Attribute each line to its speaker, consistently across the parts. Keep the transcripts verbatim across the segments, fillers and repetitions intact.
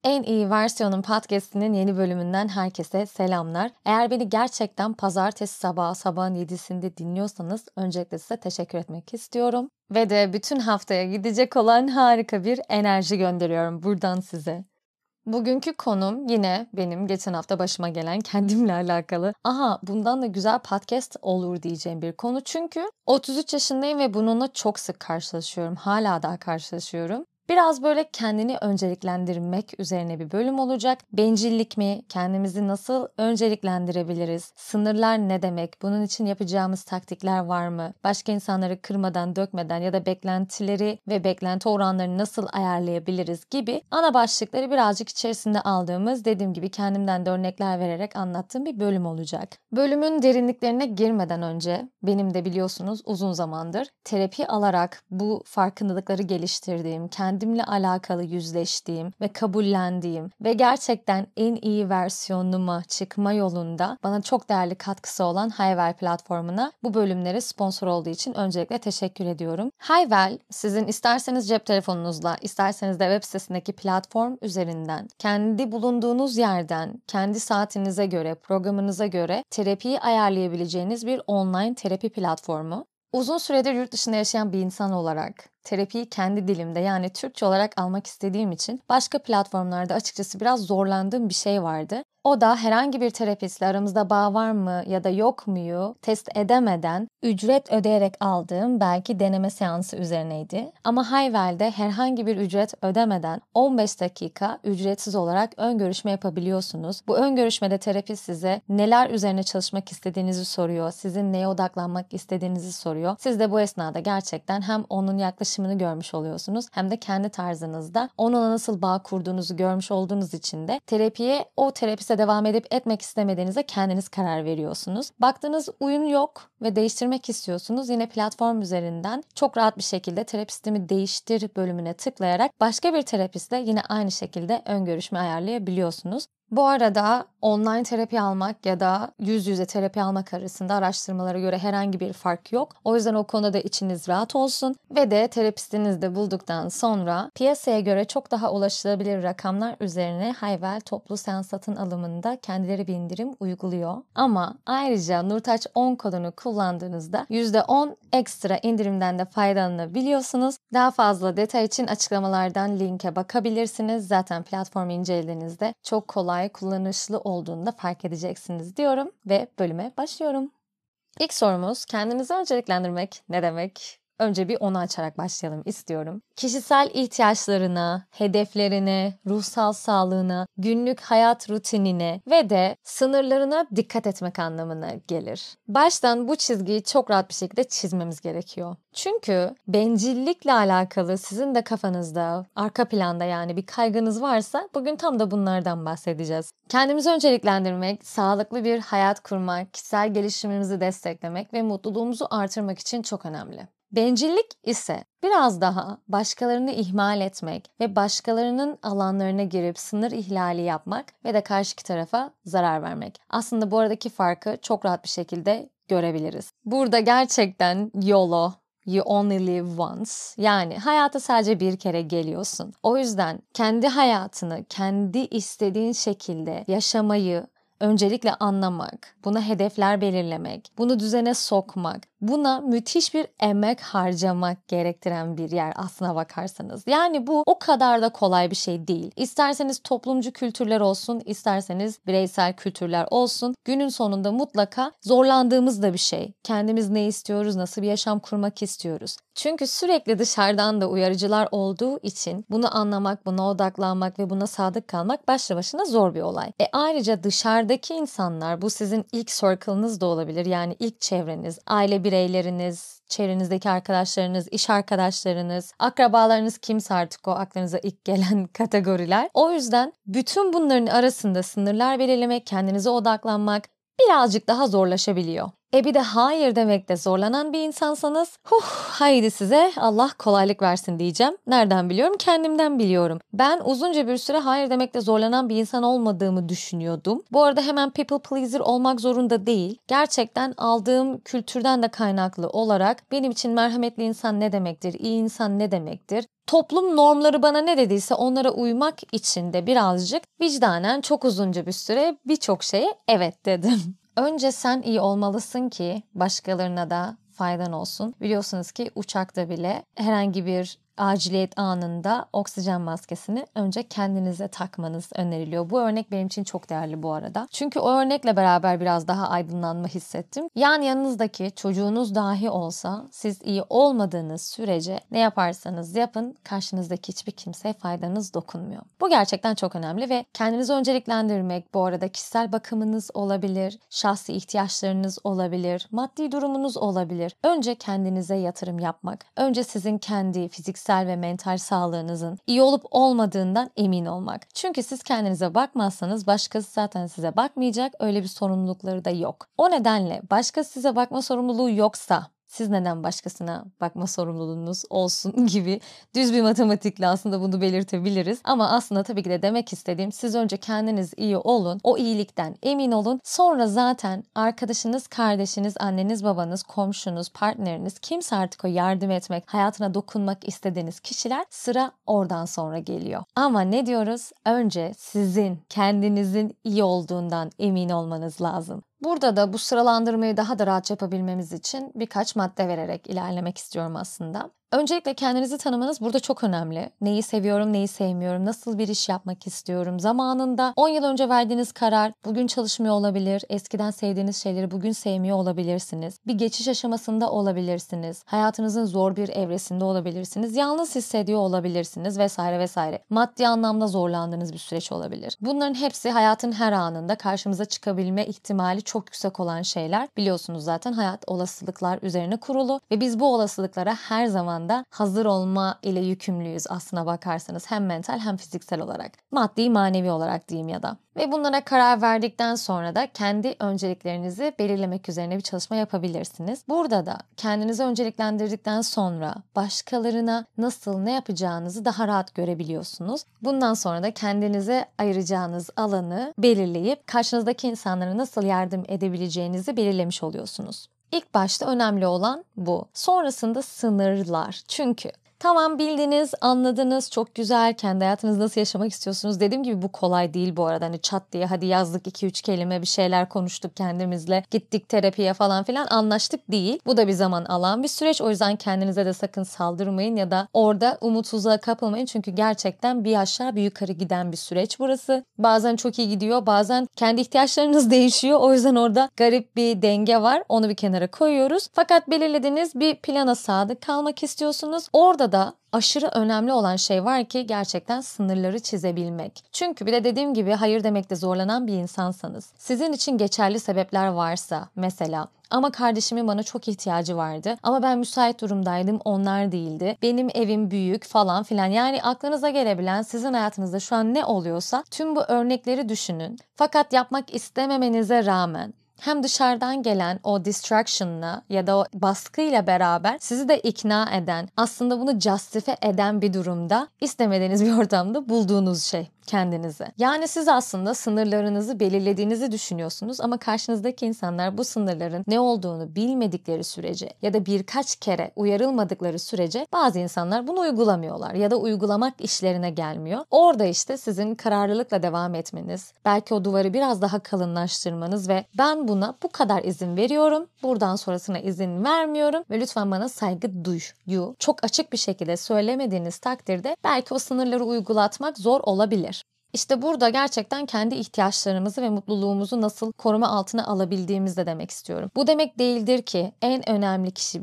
Speaker 1: En iyi versiyonun podcast'inin yeni bölümünden herkese selamlar. Eğer beni gerçekten pazartesi sabahı sabahın yedisinde dinliyorsanız öncelikle size teşekkür etmek istiyorum. Ve de bütün haftaya gidecek olan harika bir enerji gönderiyorum buradan size. Bugünkü konum yine benim geçen hafta başıma gelen kendimle alakalı. Aha bundan da güzel podcast olur diyeceğim bir konu. Çünkü otuz üç yaşındayım ve bununla çok sık karşılaşıyorum. Hala daha karşılaşıyorum. Biraz böyle kendini önceliklendirmek üzerine bir bölüm olacak. Bencillik mi? Kendimizi nasıl önceliklendirebiliriz? Sınırlar ne demek? Bunun için yapacağımız taktikler var mı? Başka insanları kırmadan, dökmeden ya da beklentileri ve beklenti oranlarını nasıl ayarlayabiliriz gibi ana başlıkları birazcık içerisinde aldığımız, dediğim gibi kendimden de örnekler vererek anlattığım bir bölüm olacak. Bölümün derinliklerine girmeden önce benim de biliyorsunuz uzun zamandır terapi alarak bu farkındalıkları geliştirdiğim, kendimle alakalı yüzleştiğim ve kabullendiğim ve gerçekten en iyi versiyonuma çıkma yolunda bana çok değerli katkısı olan Hayvel platformuna bu bölümlere sponsor olduğu için öncelikle teşekkür ediyorum. Hayvel sizin isterseniz cep telefonunuzla, isterseniz de web sitesindeki platform üzerinden kendi bulunduğunuz yerden, kendi saatinize göre, programınıza göre terapiyi ayarlayabileceğiniz bir online terapi platformu. Uzun süredir yurt dışında yaşayan bir insan olarak terapiyi kendi dilimde yani Türkçe olarak almak istediğim için başka platformlarda açıkçası biraz zorlandığım bir şey vardı. O da herhangi bir terapistle aramızda bağ var mı ya da yok muyu test edemeden ücret ödeyerek aldığım belki deneme seansı üzerineydi. Ama Hayvel'de herhangi bir ücret ödemeden on beş dakika ücretsiz olarak ön görüşme yapabiliyorsunuz. Bu ön görüşmede terapist size neler üzerine çalışmak istediğinizi soruyor, sizin neye odaklanmak istediğinizi soruyor. Siz de bu esnada gerçekten hem onun yaklaşımını görmüş oluyorsunuz hem de kendi tarzınızda onunla nasıl bağ kurduğunuzu görmüş olduğunuz için de terapiye o terapiste devam edip etmek istemediğinize kendiniz karar veriyorsunuz. Baktığınız uyum yok ve değiştirmek istiyorsunuz. Yine platform üzerinden çok rahat bir şekilde terapistimi değiştir bölümüne tıklayarak başka bir terapistle yine aynı şekilde ön görüşme ayarlayabiliyorsunuz. Bu arada online terapi almak ya da yüz yüze terapi almak arasında araştırmalara göre herhangi bir fark yok. O yüzden o konuda içiniz rahat olsun ve de terapistinizi de bulduktan sonra piyasaya göre çok daha ulaşılabilir rakamlar üzerine Hayvel toplu seans satın alımında kendileri bir indirim uyguluyor. Ama ayrıca Nurtaç on kodunu kullandığınızda yüzde on ekstra indirimden de faydalanabiliyorsunuz. Daha fazla detay için açıklamalardan linke bakabilirsiniz. Zaten platformu incelediğinizde çok kolay, kullanışlı olduğunu da fark edeceksiniz diyorum ve bölüme başlıyorum. İlk sorumuz, kendinizi önceliklendirmek ne demek? Önce bir onu açarak başlayalım istiyorum. Kişisel ihtiyaçlarına, hedeflerine, ruhsal sağlığına, günlük hayat rutinine ve de sınırlarına dikkat etmek anlamına gelir. Baştan bu çizgiyi çok rahat bir şekilde çizmemiz gerekiyor. Çünkü bencillikle alakalı sizin de kafanızda, arka planda yani bir kaygınız varsa bugün tam da bunlardan bahsedeceğiz. Kendimizi önceliklendirmek, sağlıklı bir hayat kurmak, kişisel gelişimimizi desteklemek ve mutluluğumuzu artırmak için çok önemli. Bencillik ise biraz daha başkalarını ihmal etmek ve başkalarının alanlarına girip sınır ihlali yapmak ve de karşıki tarafa zarar vermek. Aslında bu aradaki farkı çok rahat bir şekilde görebiliriz. Burada gerçekten YOLO, You only live once. Yani hayata sadece bir kere geliyorsun. O yüzden kendi hayatını kendi istediğin şekilde yaşamayı öncelikle anlamak, buna hedefler belirlemek, bunu düzene sokmak, buna müthiş bir emek harcamak gerektiren bir yer aslına bakarsanız. Yani bu o kadar da kolay bir şey değil. İsterseniz toplumcu kültürler olsun, isterseniz bireysel kültürler olsun. Günün sonunda mutlaka zorlandığımız da bir şey. Kendimiz ne istiyoruz, nasıl bir yaşam kurmak istiyoruz. Çünkü sürekli dışarıdan da uyarıcılar olduğu için bunu anlamak, buna odaklanmak ve buna sadık kalmak başlı başına zor bir olay. E ayrıca dışarıdaki insanlar, bu sizin ilk circle'ınız da olabilir. Yani ilk çevreniz, aile bireyleriniz, çevrenizdeki arkadaşlarınız, iş arkadaşlarınız, akrabalarınız kimse artık o aklınıza ilk gelen kategoriler. O yüzden bütün bunların arasında sınırlar belirlemek, kendinize odaklanmak birazcık daha zorlaşabiliyor. E bir de hayır demekte zorlanan bir insansanız, huh, haydi size Allah kolaylık versin diyeceğim. Nereden biliyorum? Kendimden biliyorum. Ben uzunca bir süre hayır demekte zorlanan bir insan olmadığımı düşünüyordum. Bu arada hemen people pleaser olmak zorunda değil. Gerçekten aldığım kültürden de kaynaklı olarak benim için merhametli insan ne demektir, iyi insan ne demektir? Toplum normları bana ne dediyse onlara uymak için de birazcık vicdanen çok uzunca bir süre birçok şeye evet dedim. Önce sen iyi olmalısın ki başkalarına da faydan olsun. Biliyorsunuz ki uçakta bile herhangi bir aciliyet anında oksijen maskesini önce kendinize takmanız öneriliyor. Bu örnek benim için çok değerli bu arada. Çünkü o örnekle beraber biraz daha aydınlanma hissettim. Yani yanınızdaki çocuğunuz dahi olsa siz iyi olmadığınız sürece ne yaparsanız yapın karşınızdaki hiçbir kimseye faydanız dokunmuyor. Bu gerçekten çok önemli ve kendinizi önceliklendirmek bu arada kişisel bakımınız olabilir, şahsi ihtiyaçlarınız olabilir, maddi durumunuz olabilir. Önce kendinize yatırım yapmak, önce sizin kendi fiziksel ve mental sağlığınızın iyi olup olmadığından emin olmak. Çünkü siz kendinize bakmazsanız başkası zaten size bakmayacak. Öyle bir sorumlulukları da yok. O nedenle başkası size bakma sorumluluğu yoksa siz neden başkasına bakma sorumluluğunuz olsun gibi düz bir matematikle aslında bunu belirtebiliriz. Ama aslında tabii ki de demek istediğim siz önce kendiniz iyi olun, o iyilikten emin olun. Sonra zaten arkadaşınız, kardeşiniz, anneniz, babanız, komşunuz, partneriniz kimse artık o yardım etmek, hayatına dokunmak istediğiniz kişiler sıra oradan sonra geliyor. Ama ne diyoruz? Önce sizin kendinizin iyi olduğundan emin olmanız lazım. Burada da bu sıralandırmayı daha da rahat yapabilmemiz için birkaç madde vererek ilerlemek istiyorum aslında. Öncelikle kendinizi tanımanız burada çok önemli. Neyi seviyorum, neyi sevmiyorum, nasıl bir iş yapmak istiyorum. Zamanında on yıl önce verdiğiniz karar bugün çalışmıyor olabilir. Eskiden sevdiğiniz şeyleri bugün sevmiyor olabilirsiniz. Bir geçiş aşamasında olabilirsiniz. Hayatınızın zor bir evresinde olabilirsiniz. Yalnız hissediyor olabilirsiniz vesaire vesaire. Maddi anlamda zorlandığınız bir süreç olabilir. Bunların hepsi hayatın her anında karşımıza çıkabilme ihtimali çok yüksek olan şeyler. Biliyorsunuz zaten hayat olasılıklar üzerine kurulu ve biz bu olasılıklara her zaman da hazır olma ile yükümlüyüz aslına bakarsanız hem mental hem fiziksel olarak. Maddi manevi olarak diyeyim ya da. Ve bunlara karar verdikten sonra da kendi önceliklerinizi belirlemek üzerine bir çalışma yapabilirsiniz. Burada da kendinizi önceliklendirdikten sonra başkalarına nasıl ne yapacağınızı daha rahat görebiliyorsunuz. Bundan sonra da kendinize ayıracağınız alanı belirleyip karşınızdaki insanlara nasıl yardım edebileceğinizi belirlemiş oluyorsunuz. İlk başta önemli olan bu. Sonrasında sınırlar. Çünkü tamam bildiniz, anladınız, çok güzel, kendi hayatınızı nasıl yaşamak istiyorsunuz. Dediğim gibi bu kolay değil bu arada. Hani çat diye hadi yazdık iki üç kelime bir şeyler konuştuk kendimizle, gittik terapiye falan filan anlaştık değil. Bu da bir zaman alan bir süreç. O yüzden kendinize de sakın saldırmayın ya da orada umutsuzluğa kapılmayın. Çünkü gerçekten bir aşağı bir yukarı giden bir süreç burası. Bazen çok iyi gidiyor, bazen kendi ihtiyaçlarınız değişiyor. O yüzden orada garip bir denge var. Onu bir kenara koyuyoruz. Fakat belirlediğiniz bir plana sadık kalmak istiyorsunuz. Orada da aşırı önemli olan şey var ki gerçekten sınırları çizebilmek. Çünkü bir de dediğim gibi hayır demekte zorlanan bir insansanız, sizin için geçerli sebepler varsa mesela ama kardeşimin bana çok ihtiyacı vardı ama ben müsait durumdaydım onlar değildi. Benim evim büyük falan filan yani aklınıza gelebilen sizin hayatınızda şu an ne oluyorsa tüm bu örnekleri düşünün. Fakat yapmak istememenize rağmen hem dışarıdan gelen o distraction'la ya da o baskıyla beraber sizi de ikna eden, aslında bunu justify eden bir durumda istemediğiniz bir ortamda bulduğunuz şey kendinize. Yani siz aslında sınırlarınızı belirlediğinizi düşünüyorsunuz ama karşınızdaki insanlar bu sınırların ne olduğunu bilmedikleri sürece ya da birkaç kere uyarılmadıkları sürece bazı insanlar bunu uygulamıyorlar ya da uygulamak işlerine gelmiyor. Orada işte sizin kararlılıkla devam etmeniz, belki o duvarı biraz daha kalınlaştırmanız ve ben buna bu kadar izin veriyorum, buradan sonrasına izin vermiyorum ve lütfen bana saygı duyu. Çok açık bir şekilde söylemediğiniz takdirde belki o sınırları uygulatmak zor olabilir. İşte burada gerçekten kendi ihtiyaçlarımızı ve mutluluğumuzu nasıl koruma altına alabildiğimizi de demek istiyorum. Bu demek değildir ki en önemli kişi benim,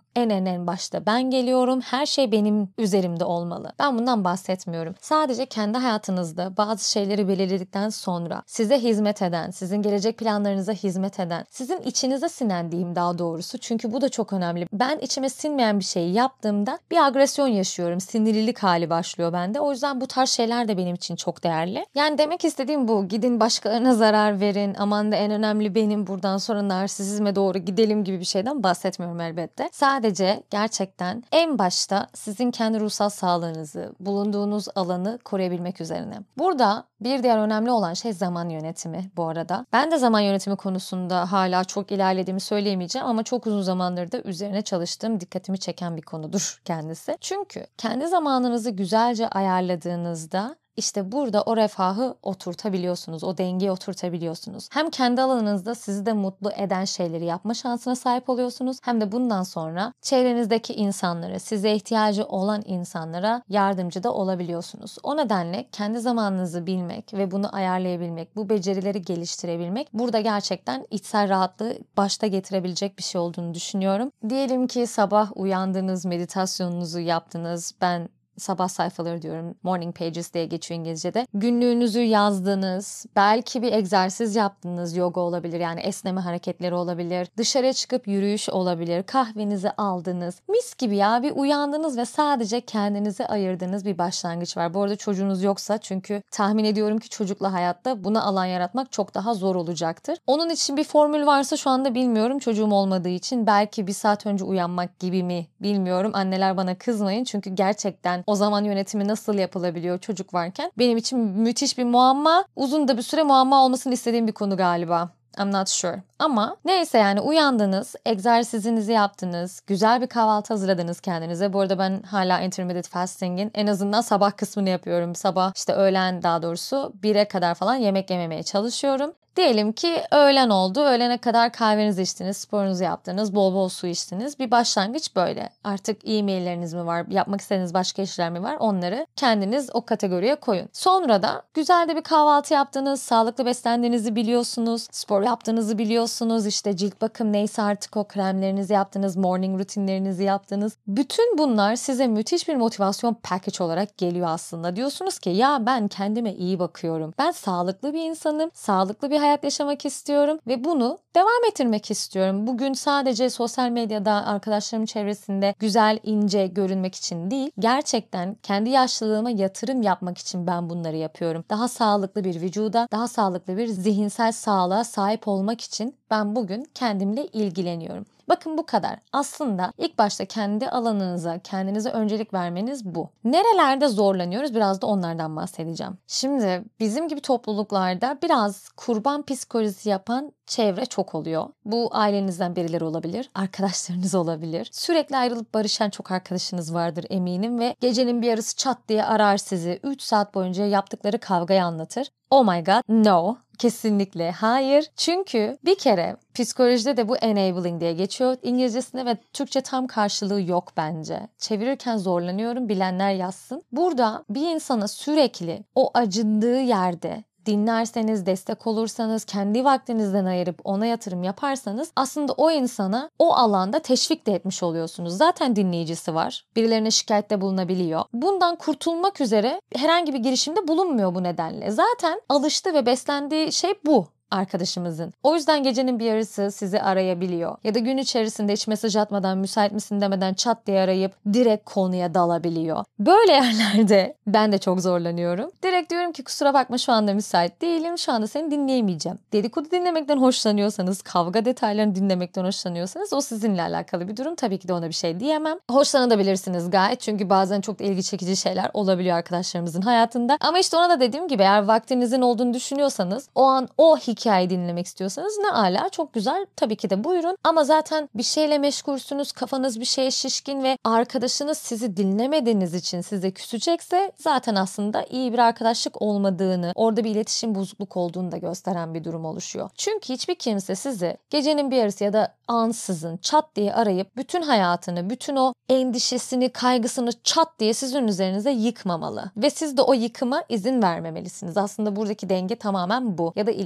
Speaker 1: En en en başta ben geliyorum. Her şey benim üzerimde olmalı. Ben bundan bahsetmiyorum. Sadece kendi hayatınızda bazı şeyleri belirledikten sonra size hizmet eden, sizin gelecek planlarınıza hizmet eden, sizin içinize sinen diyeyim daha doğrusu. Çünkü bu da çok önemli. Ben içime sinmeyen bir şeyi yaptığımda bir agresyon yaşıyorum. Sinirlilik hali başlıyor bende. O yüzden bu tarz şeyler de benim için çok değerli. Yani demek istediğim bu. Gidin başkalarına zarar verin. Aman da en önemli benim, buradan sonra narsisizme doğru gidelim gibi bir şeyden bahsetmiyorum elbette. Sadece gerçekten en başta sizin kendi ruhsal sağlığınızı, bulunduğunuz alanı koruyabilmek üzerine. Burada bir diğer önemli olan şey zaman yönetimi bu arada. Ben de zaman yönetimi konusunda hala çok ilerlediğimi söyleyemeyeceğim ama çok uzun zamandır da üzerine çalıştığım, dikkatimi çeken bir konudur kendisi. Çünkü kendi zamanınızı güzelce ayarladığınızda İşte burada o refahı oturtabiliyorsunuz, o dengeyi oturtabiliyorsunuz. Hem kendi alanınızda sizi de mutlu eden şeyleri yapma şansına sahip oluyorsunuz, hem de bundan sonra çevrenizdeki insanlara, size ihtiyacı olan insanlara yardımcı da olabiliyorsunuz. O nedenle kendi zamanınızı bilmek ve bunu ayarlayabilmek, bu becerileri geliştirebilmek burada gerçekten içsel rahatlığı başta getirebilecek bir şey olduğunu düşünüyorum. Diyelim ki sabah uyandınız, meditasyonunuzu yaptınız. Ben sabah sayfaları diyorum. Morning pages diye geçiyor İngilizce'de. Günlüğünüzü yazdınız. Belki bir egzersiz yaptınız. Yoga olabilir, yani esneme hareketleri olabilir. Dışarıya çıkıp yürüyüş olabilir. Kahvenizi aldınız. Mis gibi ya, bir uyandınız ve sadece kendinize ayırdığınız bir başlangıç var. Bu arada çocuğunuz yoksa, çünkü tahmin ediyorum ki çocukla hayatta buna alan yaratmak çok daha zor olacaktır. Onun için bir formül varsa şu anda bilmiyorum. Çocuğum olmadığı için belki bir saat önce uyanmak gibi mi bilmiyorum. Anneler bana kızmayın, çünkü gerçekten o zaman yönetimi nasıl yapılabiliyor çocuk varken benim için müthiş bir muamma. Uzun da bir süre muamma olmasını istediğim bir konu galiba. I'm not sure. Ama neyse, yani uyandınız, egzersizinizi yaptınız, güzel bir kahvaltı hazırladınız kendinize. Bu arada ben hala intermittent fasting'in en azından sabah kısmını yapıyorum. Sabah işte öğlen, daha doğrusu bire kadar falan yemek yememeye çalışıyorum. Diyelim ki öğlen oldu. Öğlene kadar kahvenizi içtiniz, sporunuzu yaptınız, bol bol su içtiniz. Bir başlangıç böyle. Artık e-mailleriniz mi var, yapmak istediğiniz başka işler mi var? Onları kendiniz o kategoriye koyun. Sonra da güzel de bir kahvaltı yaptınız, sağlıklı beslendiğinizi biliyorsunuz, spor yaptığınızı biliyorsunuz, işte cilt bakım neyse artık o kremlerinizi yaptınız, morning rutinlerinizi yaptınız. Bütün bunlar size müthiş bir motivasyon package olarak geliyor aslında. Diyorsunuz ki ya ben kendime iyi bakıyorum. Ben sağlıklı bir insanım, sağlıklı bir hayat yaşamak istiyorum ve bunu devam ettirmek istiyorum. Bugün sadece sosyal medyada, arkadaşlarım çevresinde güzel, ince görünmek için değil, gerçekten kendi yaşlılığıma yatırım yapmak için ben bunları yapıyorum. Daha sağlıklı bir vücuda, daha sağlıklı bir zihinsel sağlığa sahip olmak için ben bugün kendimle ilgileniyorum. Bakın bu kadar. Aslında ilk başta kendi alanınıza, kendinize öncelik vermeniz bu. Nerelerde zorlanıyoruz? Biraz da onlardan bahsedeceğim. Şimdi bizim gibi topluluklarda biraz kurban psikolojisi yapan çevre çok oluyor. Bu ailenizden birileri olabilir, arkadaşlarınız olabilir. Sürekli ayrılıp barışan çok arkadaşınız vardır eminim ve gecenin bir yarısı çat diye arar sizi. üç saat boyunca yaptıkları kavgayı anlatır. Oh my god, no. Kesinlikle hayır. Çünkü bir kere psikolojide de bu enabling diye geçiyor İngilizcesinde ve Türkçe tam karşılığı yok bence. Çevirirken zorlanıyorum, bilenler yazsın. Burada bir insana sürekli o acındığı yerde dinlerseniz, destek olursanız, kendi vaktinizden ayırıp ona yatırım yaparsanız aslında o insana o alanda teşvik de etmiş oluyorsunuz. Zaten dinleyicisi var. Birilerine şikayette bulunabiliyor. Bundan kurtulmak üzere herhangi bir girişimde bulunmuyor bu nedenle. Zaten alıştı ve beslendiği şey bu arkadaşımızın. O yüzden gecenin bir yarısı sizi arayabiliyor. Ya da gün içerisinde hiç mesaj atmadan, müsait misin demeden çat diye arayıp direkt konuya dalabiliyor. Böyle yerlerde ben de çok zorlanıyorum. Direkt diyorum ki kusura bakma şu anda müsait değilim. Şu anda seni dinleyemeyeceğim. Dedikodu dinlemekten hoşlanıyorsanız, kavga detaylarını dinlemekten hoşlanıyorsanız o sizinle alakalı bir durum. Tabii ki de ona bir şey diyemem. Hoşlanabilirsiniz gayet. Çünkü bazen çok da ilgi çekici şeyler olabiliyor arkadaşlarımızın hayatında. Ama işte ona da dediğim gibi eğer vaktinizin olduğunu düşünüyorsanız, o an o hikaye hikaye dinlemek istiyorsanız ne ala, çok güzel, tabii ki de buyurun. Ama zaten bir şeyle meşgulsünüz, kafanız bir şeye şişkin ve arkadaşınız sizi dinlemediğiniz için size küsecekse zaten aslında iyi bir arkadaşlık olmadığını, orada bir iletişim bozukluk olduğunu da gösteren bir durum oluşuyor. Çünkü hiçbir kimse sizi gecenin bir yarısı ya da ansızın çat diye arayıp bütün hayatını, bütün o endişesini, kaygısını çat diye sizin üzerinize yıkmamalı. Ve siz de o yıkıma izin vermemelisiniz. Aslında buradaki denge tamamen bu. Ya da iletişim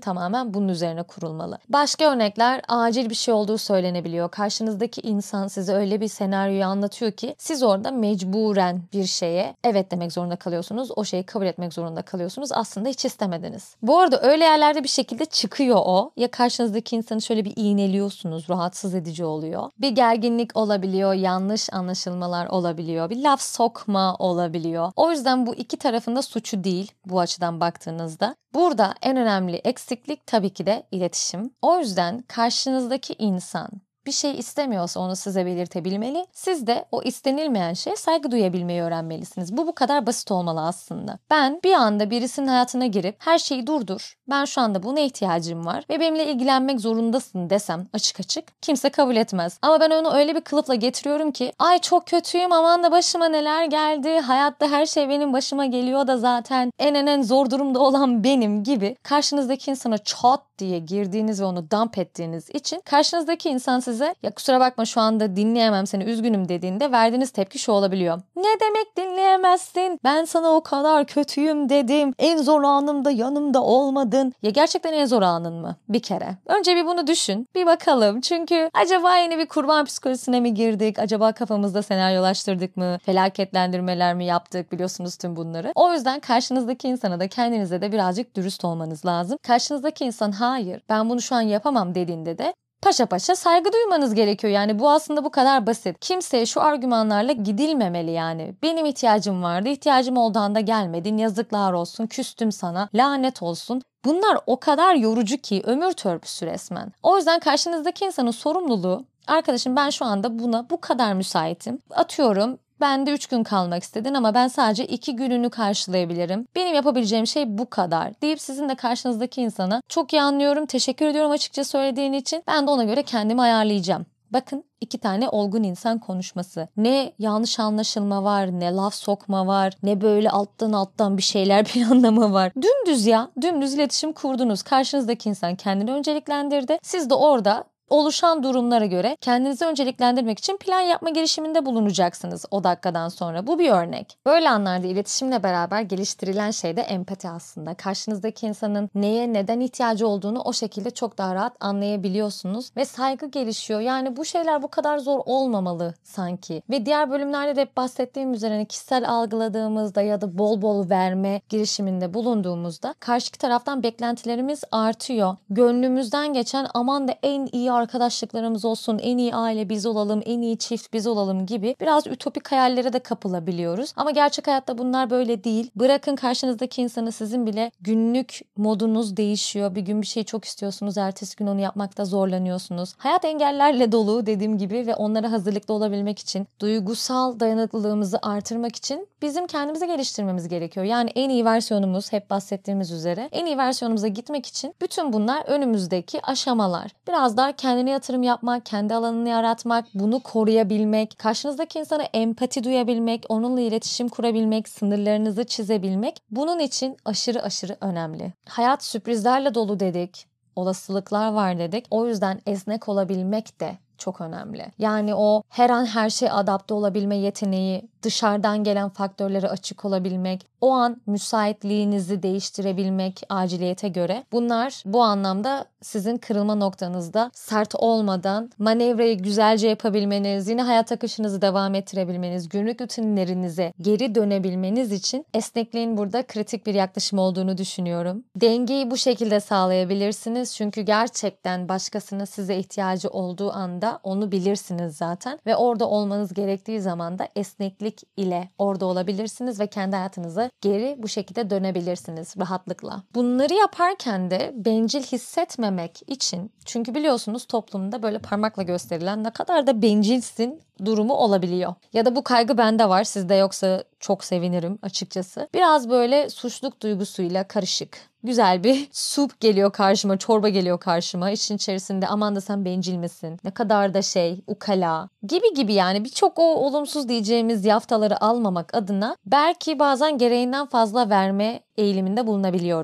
Speaker 1: tamamen bunun üzerine kurulmalı. Başka örnekler, acil bir şey olduğu söylenebiliyor. Karşınızdaki insan size öyle bir senaryoyu anlatıyor ki siz orada mecburen bir şeye evet demek zorunda kalıyorsunuz. O şeyi kabul etmek zorunda kalıyorsunuz. Aslında hiç istemediniz. Bu arada öyle yerlerde bir şekilde çıkıyor o. Ya karşınızdaki insanı şöyle bir iğneliyorsunuz. Rahatsız edici oluyor. Bir gerginlik olabiliyor. Yanlış anlaşılmalar olabiliyor. Bir laf sokma olabiliyor. O yüzden bu iki tarafında suçu değil bu açıdan baktığınızda. Burada en önemli eksiklik tabii ki de iletişim. O yüzden karşınızdaki insan bir şey istemiyorsa onu size belirtebilmeli. Siz de o istenilmeyen şeye saygı duyabilmeyi öğrenmelisiniz. Bu bu kadar basit olmalı aslında. Ben bir anda birisinin hayatına girip her şeyi durdur, ben şu anda buna ihtiyacım var ve benimle ilgilenmek zorundasın desem açık açık kimse kabul etmez. Ama ben onu öyle bir kılıfla getiriyorum ki ay çok kötüyüm, aman da başıma neler geldi, hayatta her şey benim başıma geliyor da zaten en en en zor durumda olan benim gibi karşınızdaki insana çat diye girdiğiniz ve onu dump ettiğiniz için karşınızdaki insan size ya kusura bakma şu anda dinleyemem seni, üzgünüm dediğinde verdiğiniz tepki şu olabiliyor. Ne demek dinleyemezsin? Ben sana o kadar kötüyüm dedim. En zor anımda yanımda olmadın. Ya gerçekten en zor anın mı? Bir kere. Önce bir bunu düşün. Bir bakalım. Çünkü acaba yeni bir kurban psikolojisine mi girdik? Acaba kafamızda senaryolaştırdık mı? Felaketlendirmeler mi yaptık? Biliyorsunuz tüm bunları. O yüzden karşınızdaki insana da kendinize de birazcık dürüst olmanız lazım. Karşınızdaki insan hayır ben bunu şu an yapamam dediğinde de paşa paşa saygı duymanız gerekiyor. Yani bu aslında bu kadar basit. Kimseye şu argümanlarla gidilmemeli yani. Benim ihtiyacım vardı, ihtiyacım olduğu anda gelmedin, yazıklar olsun, küstüm sana, lanet olsun. Bunlar o kadar yorucu ki ömür törpüsü resmen. O yüzden karşınızdaki insanın sorumluluğu, arkadaşım ben şu anda buna bu kadar müsaitim. Atıyorum ben de üç gün kalmak istedin ama ben sadece iki gününü karşılayabilirim. Benim yapabileceğim şey bu kadar deyip sizin de karşınızdaki insana çok iyi anlıyorum, teşekkür ediyorum açıkça söylediğin için. Ben de ona göre kendimi ayarlayacağım. Bakın iki tane olgun insan konuşması. Ne yanlış anlaşılma var, ne laf sokma var, ne böyle alttan alttan bir şeyler planlama var. Dümdüz ya, dümdüz iletişim kurdunuz. Karşınızdaki insan kendini önceliklendirdi. Siz de orada oluşan durumlara göre kendinizi önceliklendirmek için plan yapma girişiminde bulunacaksınız o dakikadan sonra. Bu bir örnek. Böyle anlarda iletişimle beraber geliştirilen şey de empati aslında. Karşınızdaki insanın neye, neden ihtiyacı olduğunu o şekilde çok daha rahat anlayabiliyorsunuz ve saygı gelişiyor. Yani bu şeyler bu kadar zor olmamalı sanki. Ve diğer bölümlerde de hep bahsettiğim üzere kişisel algıladığımızda ya da bol bol verme girişiminde bulunduğumuzda karşı taraftan beklentilerimiz artıyor. Gönlümüzden geçen aman da en iyi arkadaşlıklarımız olsun, en iyi aile biz olalım, en iyi çift biz olalım gibi biraz ütopik hayallere de kapılabiliyoruz. Ama gerçek hayatta bunlar böyle değil. Bırakın karşınızdaki insanı, sizin bile günlük modunuz değişiyor. Bir gün bir şeyi çok istiyorsunuz, ertesi gün onu yapmakta zorlanıyorsunuz. Hayat engellerle dolu dediğim gibi ve onlara hazırlıklı olabilmek için, duygusal dayanıklılığımızı artırmak için bizim kendimizi geliştirmemiz gerekiyor. Yani en iyi versiyonumuz, hep bahsettiğimiz üzere en iyi versiyonumuza gitmek için bütün bunlar önümüzdeki aşamalar. Biraz daha kendine yatırım yapmak, kendi alanını yaratmak, bunu koruyabilmek, karşınızdaki insana empati duyabilmek, onunla iletişim kurabilmek, sınırlarınızı çizebilmek bunun için aşırı aşırı önemli. Hayat sürprizlerle dolu dedik, olasılıklar var dedik. O yüzden esnek olabilmek de çok önemli. Yani o her an her şeye adapte olabilme yeteneği, dışarıdan gelen faktörlere açık olabilmek, o an müsaitliğinizi değiştirebilmek aciliyete göre. Bunlar bu anlamda sizin kırılma noktanızda sert olmadan manevrayı güzelce yapabilmeniz, yine hayat akışınızı devam ettirebilmeniz, günlük rutinlerinize geri dönebilmeniz için esnekliğin burada kritik bir yaklaşım olduğunu düşünüyorum. Dengeyi bu şekilde sağlayabilirsiniz. Çünkü gerçekten başkasının size ihtiyacı olduğu anda onu bilirsiniz zaten ve orada olmanız gerektiği zaman da esneklik ile orada olabilirsiniz ve kendi hayatınıza geri bu şekilde dönebilirsiniz rahatlıkla. Bunları yaparken de bencil hissetmemek için, çünkü biliyorsunuz toplumda böyle parmakla gösterilen ne kadar da bencilsin durumu olabiliyor. Ya da bu kaygı bende var, sizde yoksa çok sevinirim açıkçası. Biraz böyle suçluluk duygusuyla karışık. Güzel bir sup geliyor karşıma, çorba geliyor karşıma. İşin içerisinde aman da sen bencil misin? Ne kadar da şey, ukala gibi gibi yani birçok o olumsuz diyeceğimiz yaftaları almamak adına belki bazen gereğinden fazla verme eğiliminde bulunabiliyorum.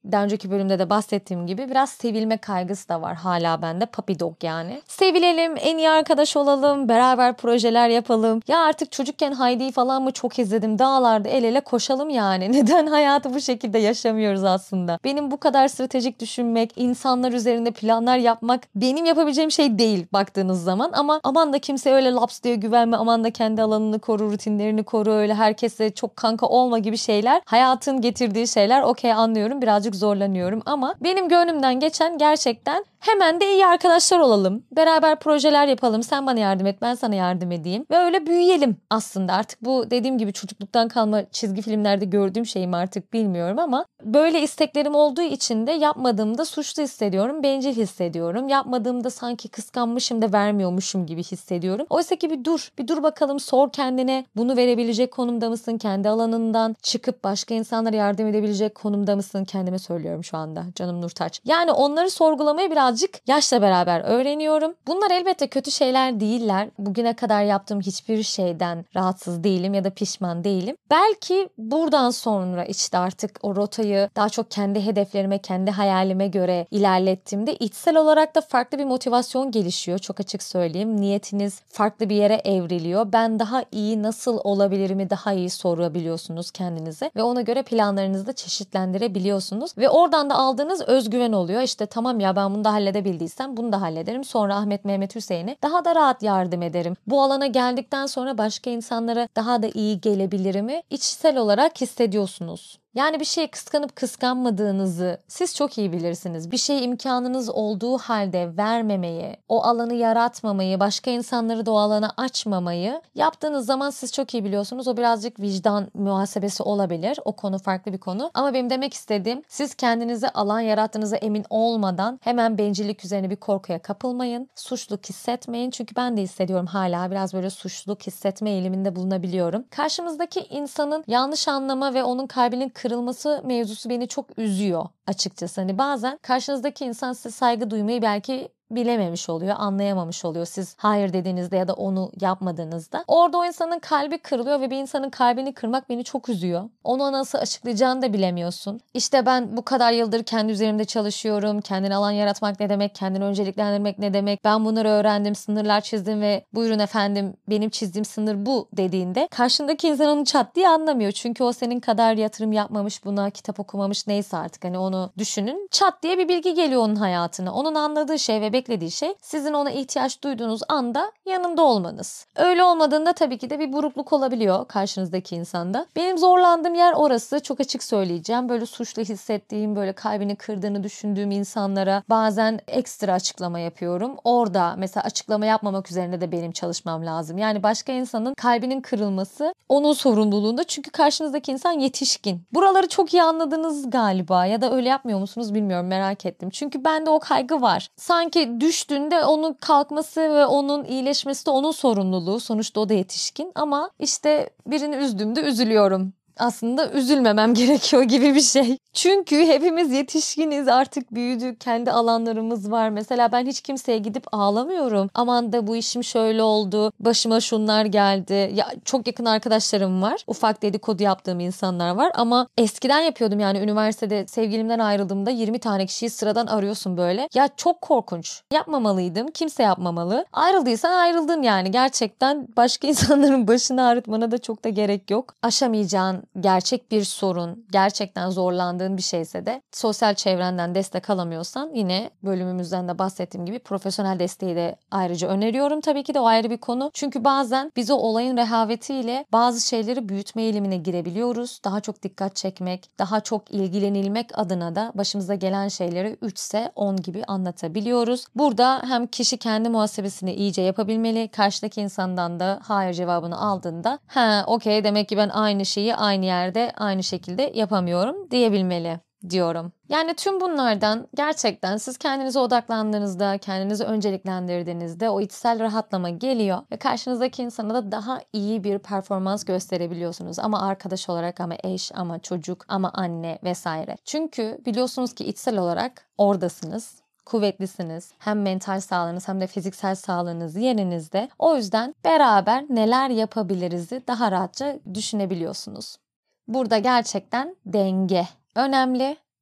Speaker 1: daha önceki bölümde de bahsettiğim gibi biraz sevilme kaygısı da var hala bende. Puppy dog yani. Sevilelim, en iyi arkadaş olalım, beraber projeler yapalım. Ya artık çocukken Heidi'yi falan mı çok izledim. Dağlarda el ele koşalım yani. Neden hayatı bu şekilde yaşamıyoruz aslında? Benim bu kadar stratejik düşünmek, insanlar üzerinde planlar yapmak benim yapabileceğim şey değil baktığınız zaman. Ama aman da kimse öyle laps diye güvenme, aman da kendi alanını koru, rutinlerini koru, öyle herkese çok kanka olma gibi şeyler. Hayatın getirdiği şeyler, okey, anlıyorum, birazcık zorlanıyorum ama benim gönlümden geçen gerçekten hemen de iyi arkadaşlar olalım. Beraber projeler yapalım. Sen bana yardım et, ben sana yardım edeyim. Ve öyle büyüyelim aslında. Artık bu dediğim gibi çocukluktan kalma çizgi filmlerde gördüğüm şey mi artık bilmiyorum ama böyle isteklerim olduğu için de yapmadığımda suçlu hissediyorum, bencil hissediyorum. Yapmadığımda sanki kıskanmışım da vermiyormuşum gibi hissediyorum. Oysa ki bir dur, bir dur bakalım, sor kendine. Bunu verebilecek konumda mısın? Kendi alanından çıkıp başka insanlara yardım edebilecek konumda mısın? Kendime söylüyorum şu anda. Canım Nurtaç. Yani onları sorgulamayı biraz yaşla beraber öğreniyorum. Bunlar elbette kötü şeyler değiller. Bugüne kadar yaptığım hiçbir şeyden rahatsız değilim ya da pişman değilim. Belki buradan sonra işte artık o rotayı daha çok kendi hedeflerime, kendi hayalime göre ilerlettiğimde içsel olarak da farklı bir motivasyon gelişiyor. Çok açık söyleyeyim. Niyetiniz farklı bir yere evriliyor. Ben daha iyi nasıl olabilirimi daha iyi sorabiliyorsunuz kendinize ve ona göre planlarınızı da çeşitlendirebiliyorsunuz ve oradan da aldığınız özgüven oluyor. İşte tamam ya, ben bunu da halledebildiysem bunu da hallederim. Sonra Ahmet, Mehmet, Hüseyin'e daha da rahat yardım ederim. Bu alana geldikten sonra başka insanlara daha da iyi gelebilirimi içsel olarak hissediyorsunuz. Yani bir şeyi kıskanıp kıskanmadığınızı siz çok iyi bilirsiniz. Bir şey imkanınız olduğu halde vermemeyi, o alanı yaratmamayı, başka insanları da o alana açmamayı yaptığınız zaman siz çok iyi biliyorsunuz. O birazcık vicdan muhasebesi olabilir. O konu farklı bir konu. Ama benim demek istediğim, siz kendinize alan yarattığınıza emin olmadan hemen bencillik üzerine bir korkuya kapılmayın. Suçluluk hissetmeyin. Çünkü ben de hissediyorum, hala biraz böyle suçluluk hissetme eğiliminde bulunabiliyorum. Karşımızdaki insanın yanlış anlama ve onun kalbinin kırılması mevzusu beni çok üzüyor açıkçası. Hani bazen karşınızdaki insan size saygı duymayı belki bilememiş oluyor, anlayamamış oluyor siz hayır dediğinizde ya da onu yapmadığınızda. Orada o insanın kalbi kırılıyor ve bir insanın kalbini kırmak beni çok üzüyor. Onu nasıl açıklayacağını da bilemiyorsun. İşte ben bu kadar yıldır kendi üzerimde çalışıyorum. Kendine alan yaratmak ne demek? Kendini önceliklendirmek ne demek? Ben bunları öğrendim, sınırlar çizdim ve buyurun efendim, benim çizdiğim sınır bu dediğinde karşındaki insan onu çat diye anlamıyor. Çünkü o senin kadar yatırım yapmamış buna, kitap okumamış, neyse artık hani onu düşünün. Çat diye bir bilgi geliyor onun hayatına. Onun anladığı şey ve beklediği şey sizin ona ihtiyaç duyduğunuz anda yanında olmanız. Öyle olmadığında tabii ki de bir burukluk olabiliyor karşınızdaki insanda. Benim zorlandığım yer orası, çok açık söyleyeceğim. Böyle suçlu hissettiğim, böyle kalbini kırdığını düşündüğüm insanlara bazen ekstra açıklama yapıyorum. Orada mesela açıklama yapmamak üzerine de benim çalışmam lazım. Yani başka insanın kalbinin kırılması onun sorumluluğunda, çünkü karşınızdaki insan yetişkin. Buraları çok iyi anladınız galiba ya da öyle yapmıyor musunuz bilmiyorum, merak ettim. Çünkü bende o kaygı var. Sanki düştüğünde onun kalkması ve onun iyileşmesi de onun sorumluluğu. Sonuçta o da yetişkin ama işte birini üzdüğümde üzülüyorum. Aslında üzülmemem gerekiyor gibi bir şey. Çünkü hepimiz yetişkiniz, artık büyüdük, kendi alanlarımız var. Mesela ben hiç kimseye gidip ağlamıyorum. Aman da bu işim şöyle oldu, başıma şunlar geldi. Ya çok yakın arkadaşlarım var. Ufak dedikodu yaptığım insanlar var ama eskiden yapıyordum yani üniversitede sevgilimden ayrıldığımda yirmi tane kişiyi sıradan arıyorsun böyle. Ya çok korkunç. Yapmamalıydım. Kimse yapmamalı. Ayrıldıysan ayrıldın yani. Gerçekten başka insanların başını ağrıtmana da çok da gerek yok. Aşamayacağın gerçek bir sorun, gerçekten zorlandığın bir şeyse de sosyal çevrenden destek alamıyorsan yine bölümümüzden de bahsettiğim gibi profesyonel desteği de ayrıca öneriyorum. Tabii ki de o ayrı bir konu. Çünkü bazen biz o olayın rehavetiyle bazı şeyleri büyütme eğilimine girebiliyoruz. Daha çok dikkat çekmek, daha çok ilgilenilmek adına da başımıza gelen şeyleri üç ise on gibi anlatabiliyoruz. Burada hem kişi kendi muhasebesini iyice yapabilmeli, karşıdaki insandan da hayır cevabını aldığında ha okey, demek ki ben aynı şeyi aynı yerde aynı şekilde yapamıyorum diyebilmeli diyorum. Yani tüm bunlardan gerçekten siz kendinize odaklandığınızda, kendinizi önceliklendirdiğinizde o içsel rahatlama geliyor ve karşınızdaki insana da daha iyi bir performans gösterebiliyorsunuz. Ama arkadaş olarak, ama eş, ama çocuk, ama anne vesaire. Çünkü biliyorsunuz ki içsel olarak oradasınız. Kuvvetlisiniz. Hem mental sağlığınız hem de fiziksel sağlığınız yerinizde. O yüzden beraber neler yapabiliriz'i daha rahatça düşünebiliyorsunuz. Burada gerçekten denge önemli.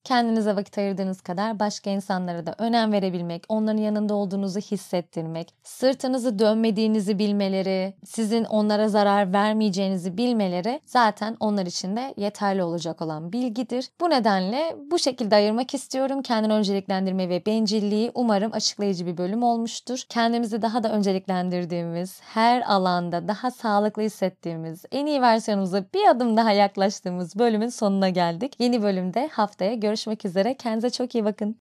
Speaker 1: Kendinize vakit ayırdığınız kadar başka insanlara da önem verebilmek, onların yanında olduğunuzu hissettirmek, sırtınızı dönmediğinizi bilmeleri, sizin onlara zarar vermeyeceğinizi bilmeleri zaten onlar için de yeterli olacak olan bilgidir. Bu nedenle bu şekilde ayırmak istiyorum. Kendini önceliklendirme ve bencilliği umarım açıklayıcı bir bölüm olmuştur. Kendimizi daha da önceliklendirdiğimiz, her alanda daha sağlıklı hissettiğimiz, en iyi versiyonumuza bir adım daha yaklaştığımız bölümün sonuna geldik. Yeni bölümde haftaya görüşmek üzere. Kendinize çok iyi bakın.